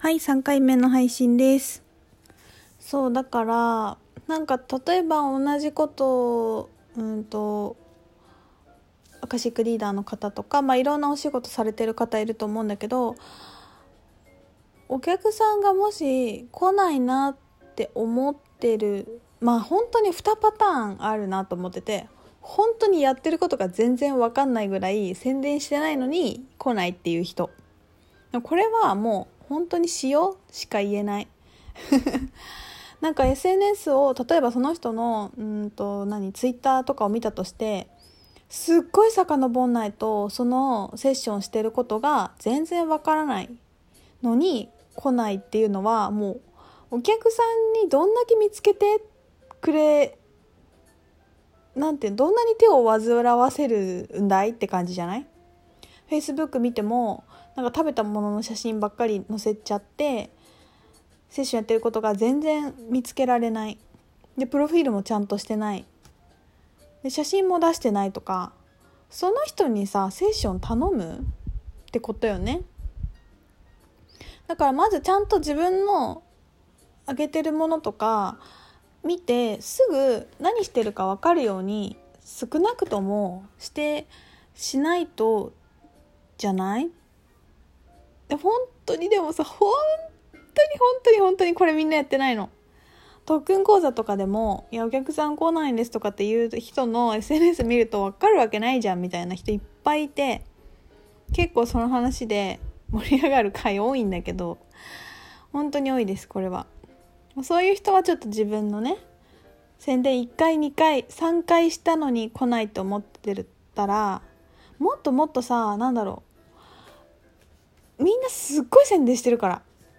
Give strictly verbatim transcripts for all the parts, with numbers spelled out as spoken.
はい、さんかいめの配信です。そうだからなんか例えば同じことをうんとアカシックリーダーの方とか、まあ、いろんなお仕事されてる方いると思うんだけど、お客さんがもし来ないなって思ってる、まあ本当ににパターンあるなと思ってて、本当にやってることが全然わかんないぐらい宣伝してないのに来ないっていう人、これはもう本当にしようしか言えないなんか エスエヌエス を例えばその人のうんと何ツイッターとかを見たとして、すっごい遡んないとそのセッションしてることが全然わからないのに来ないっていうのは、もうお客さんにどんだけ見つけてくれなんてどんなに手を煩わせるんだいって感じじゃない？ Facebook 見てもなんか食べたものの写真ばっかり載せちゃって、セッションやってることが全然見つけられない。でプロフィールもちゃんとしてない。で写真も出してないとか、その人にさセッション頼むってことよね。だからまずちゃんと自分の上げてるものとか見て、すぐ何してるか分かるように少なくともしてしないとじゃない？で本当にでもさ、本当に本当に本当にこれみんなやってないの。特訓講座とかでも、いやお客さん来ないんですとかっていう人の エスエヌエス 見ると分かるわけないじゃんみたいな人いっぱいいて、結構その話で盛り上がる回多いんだけど、本当に多いです。これはそういう人はちょっと自分のね宣伝いっかいにかいさんかいしたのに来ないと思ってたら、もっともっとさ、なんだろう、みんなすっごい宣伝してるから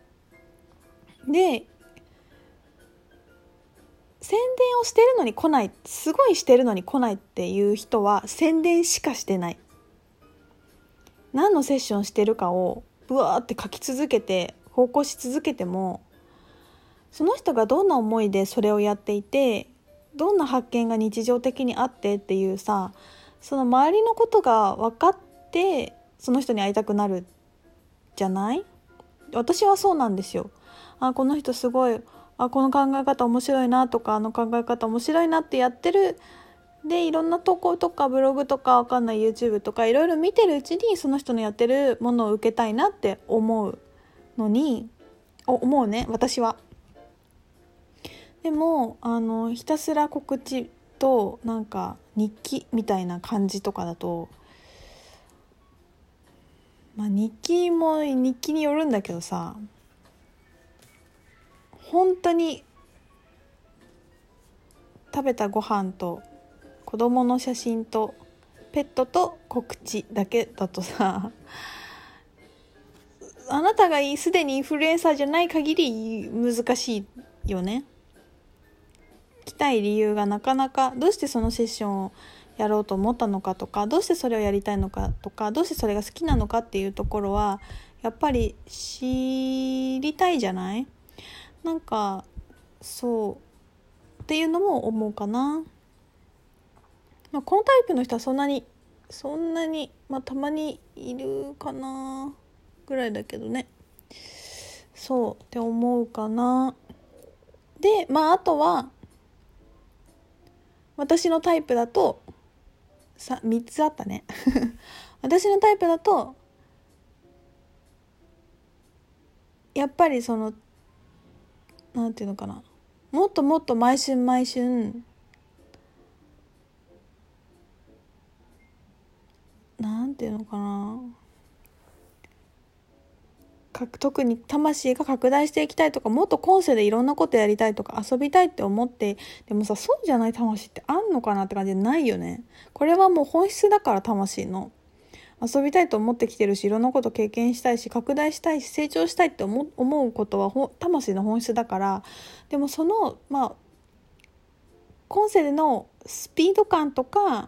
で、宣伝をしてるのに来ない、すごいしてるのに来ないっていう人は宣伝しかしてない。何のセッションしてるかをブワーって書き続けて投稿し続けても、その人がどんな思いでそれをやっていて、どんな発見が日常的にあってっていうさ、その周りのことが分かってその人に会いたくなるじゃない？私はそうなんですよ。あ、この人すごい、あ、この考え方面白いなとか、あの考え方面白いなってやってる。でいろんな投稿とかブログとかわかんない YouTube とかいろいろ見てるうちに、その人のやってるものを受けたいなって思うのに思うね、私は。でもあのひたすら告知となんか日記みたいな感じとかだと、まあ日記も日記によるんだけどさ、本当に食べたご飯と子供の写真とペットと告知だけだとさ、あなたがすでにインフルエンサーじゃない限り難しいよね。来たい理由がなかなか、どうしてそのセッションをやろうと思ったのかとか、どうしてそれをやりたいのかとか、どうしてそれが好きなのかっていうところはやっぱり知りたいじゃない？なんかそうっていうのも思うかな。まあ、このタイプの人はそんなにそんなにまあたまにいるかなぐらいだけどね。そうって思うかな。でまああとは私のタイプだとさみっつあったね私のタイプだとやっぱりそのなんていうのかな、もっともっと毎春毎春なんていうのかな、特に魂が拡大していきたいとか、もっと今世でいろんなことやりたいとか遊びたいって思って、でもさ、そうじゃない魂ってあんのかなって感じでないよね。これはもう本質だから、魂の遊びたいと思ってきてるし、いろんなこと経験したいし、拡大したいし、成長したいって思思うことは魂の本質だから。でもそのまあ今世でのスピード感とか、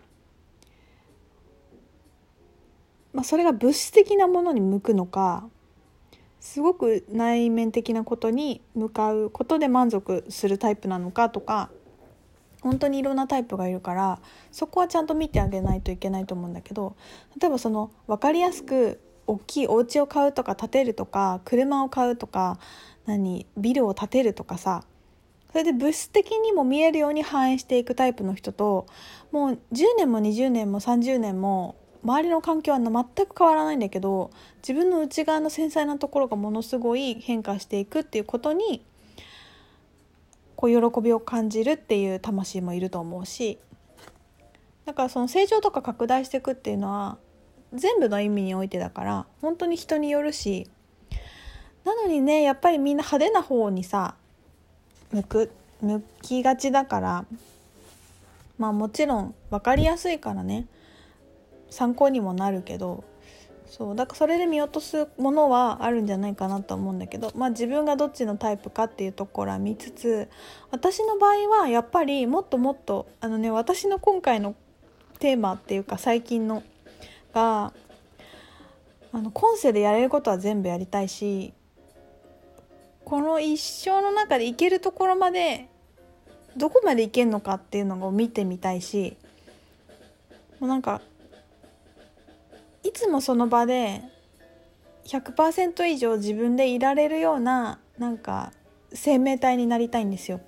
まあ、それが物質的なものに向くのか、すごく内面的なことに向かうことで満足するタイプなのかとか、本当にいろんなタイプがいるから、そこはちゃんと見てあげないといけないと思うんだけど、例えばその分かりやすく大きいお家を買うとか建てるとか車を買うとか何ビルを建てるとかさ、それで物質的にも見えるように反映していくタイプの人と、もうじゅうねんもにじゅうねんもさんじゅうねんも周りの環境は全く変わらないんだけど、自分の内側の繊細なところがものすごい変化していくっていうことにこう喜びを感じるっていう魂もいると思うし、だからその成長とか拡大していくっていうのは全部の意味においてだから本当に人によるし、なのにねやっぱりみんな派手な方にさ向く向きがちだから、まあもちろん分かりやすいからね参考にもなるけど、そうだからそれで見落とすものはあるんじゃないかなと思うんだけど、まあ自分がどっちのタイプかっていうところは見つつ、私の場合はやっぱりもっともっとあのね私の今回のテーマっていうか最近のがあの今世でやれることは全部やりたいし、この一生の中で行けるところまでどこまで行けるのかっていうのを見てみたいし、もうなんかいつもその場で ひゃくパーセント 以上自分でいられるようななんか生命体になりたいんですよ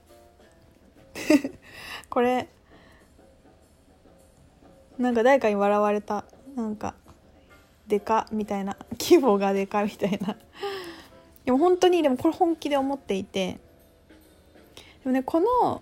これなんか誰かに笑われた、なんかでかみたいな、規模がでかみたいなでも本当にでもこれ本気で思っていて、でもねこの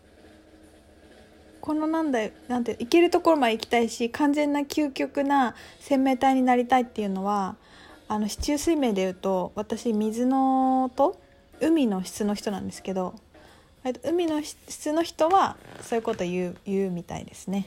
このなんだよなんて行けるところまで行きたいし完全な究極な生命体になりたいっていうのは、あの四柱推命でいうと私水のと海の質の人なんですけど、海の質の人はそういうこと言う言うみたいですね。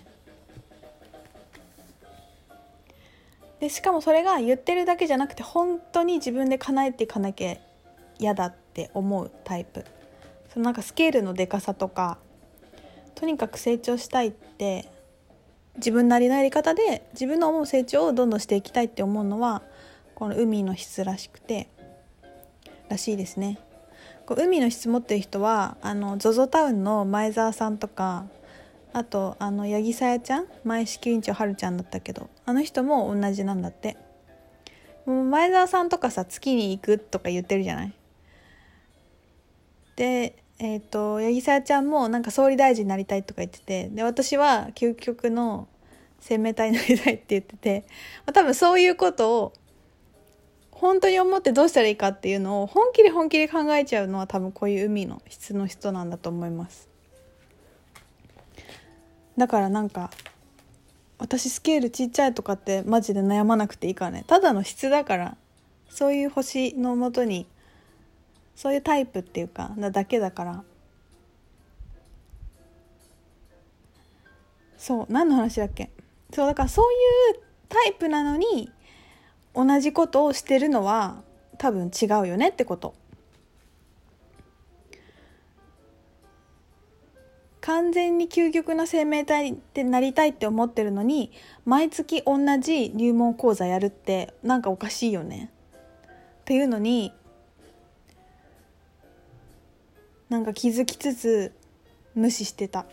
でしかもそれが言ってるだけじゃなくて本当に自分で叶えていかなきゃ嫌だって思うタイプ。そのなんかスケールのでかさとかとにかく成長したいって自分なりのやり方で自分の思う成長をどんどんしていきたいって思うのはこの海の質らしくてらしいですね。こう海の質持ってる人はあの ゾゾ タウンの前澤さんとか、あとあの八木さやちゃん、前支給委員長はるちゃんだったけどあの人も同じなんだって。もう前澤さんとかさ月に行くとか言ってるじゃない。でえー、と八木さやちゃんもなんか総理大臣になりたいとか言ってて、で私は究極の生命体になりたいって言ってて、まあ、多分そういうことを本当に思ってどうしたらいいかっていうのを本気で本気で考えちゃうのは多分こういう海の質の人なんだと思います。だからなんか私スケールちっちゃいとかってマジで悩まなくていいからね、ただの質だから、そういう星のもとにそういうタイプっていうかなだけだから。そう何の話だっけ。そうだからそういうタイプなのに同じことをしてるのは多分違うよねってこと。完全に究極な生命体ってなりたいって思ってるのに毎月同じ入門講座やるってなんかおかしいよねっていうのになんか気づきつつ無視してた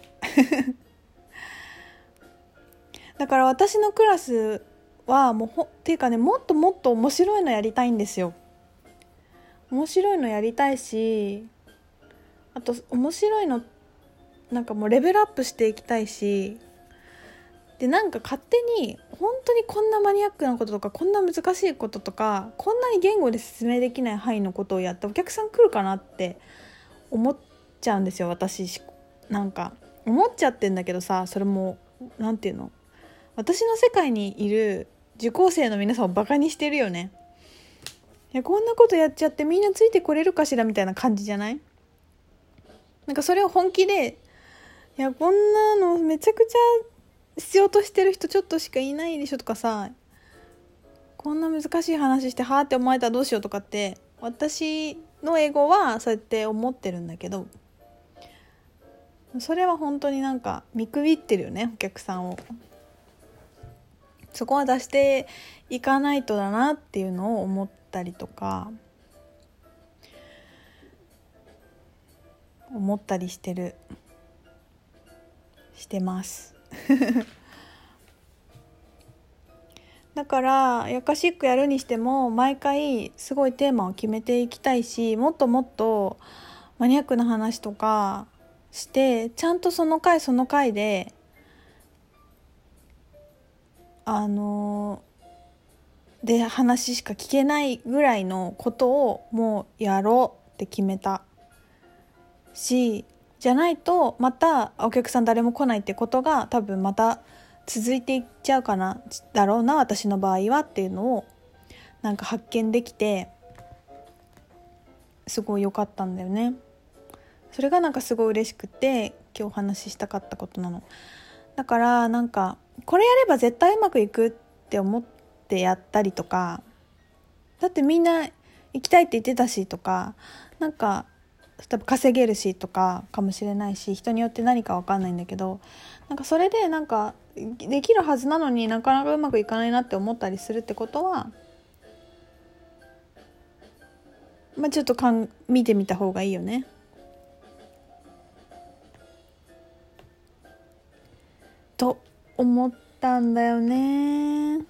だから私のクラスはもうほっていうかね、もっともっと面白いのやりたいんですよ。面白いのやりたいし、あと面白いのなんかもうレベルアップしていきたいし、でなんか勝手に本当にこんなマニアックなこととかこんな難しいこととかこんなに言語で説明できない範囲のことをやってお客さん来るかなって思っちゃうんですよ。私なんか思っちゃってんだけどさ、それもなんていうの、私の世界にいる受講生の皆さんをバカにしてるよね。いやこんなことやっちゃってみんなついてこれるかしらみたいな感じじゃない。なんかそれを本気で、いやこんなのめちゃくちゃ必要としてる人ちょっとしかいないでしょとかさ、こんな難しい話してはーって思われたらどうしようとかって私の英語はそうやって思ってるんだけど、それは本当になんか見くびってるよねお客さんを。そこは出していかないとだなっていうのを思ったりとか思ったりしてるしてますだからやかしっくやるにしても毎回すごいテーマを決めていきたいし、もっともっとマニアックな話とかしてちゃんとその回その回であので話しか聞けないぐらいのことをもうやろうって決めたし、じゃないとまたお客さん誰も来ないってことが多分また続いていっちゃうかなだろうな私の場合はっていうのをなんか発見できてすごい良かったんだよね。それがなんかすごい嬉しくて今日お話ししたかったことなの。だからなんかこれやれば絶対うまくいくって思ってやったりとか、だってみんな行きたいって言ってたしとか、なんか多分稼げるしとかかもしれないし、人によって何か分かんないんだけど、なんかそれでなんかできるはずなのになかなかうまくいかないなって思ったりするってことは、まあ、ちょっとかん見てみた方がいいよねと思ったんだよね。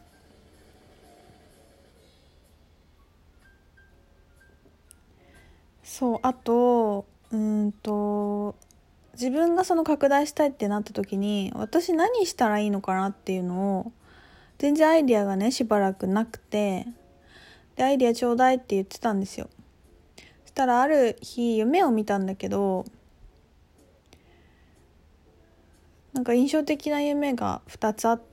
そう、あとうーんと自分がその拡大したいってなった時に私何したらいいのかなっていうのを全然アイディアがねしばらくなくて、でアイディアちょうだいって言ってたんですよ。そしたらある日夢を見たんだけど、なんか印象的な夢がふたつあって、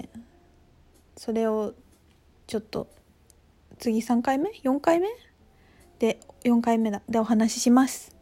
それをちょっと次さんかいめ ?よん 回目でよんかいめだでお話しします。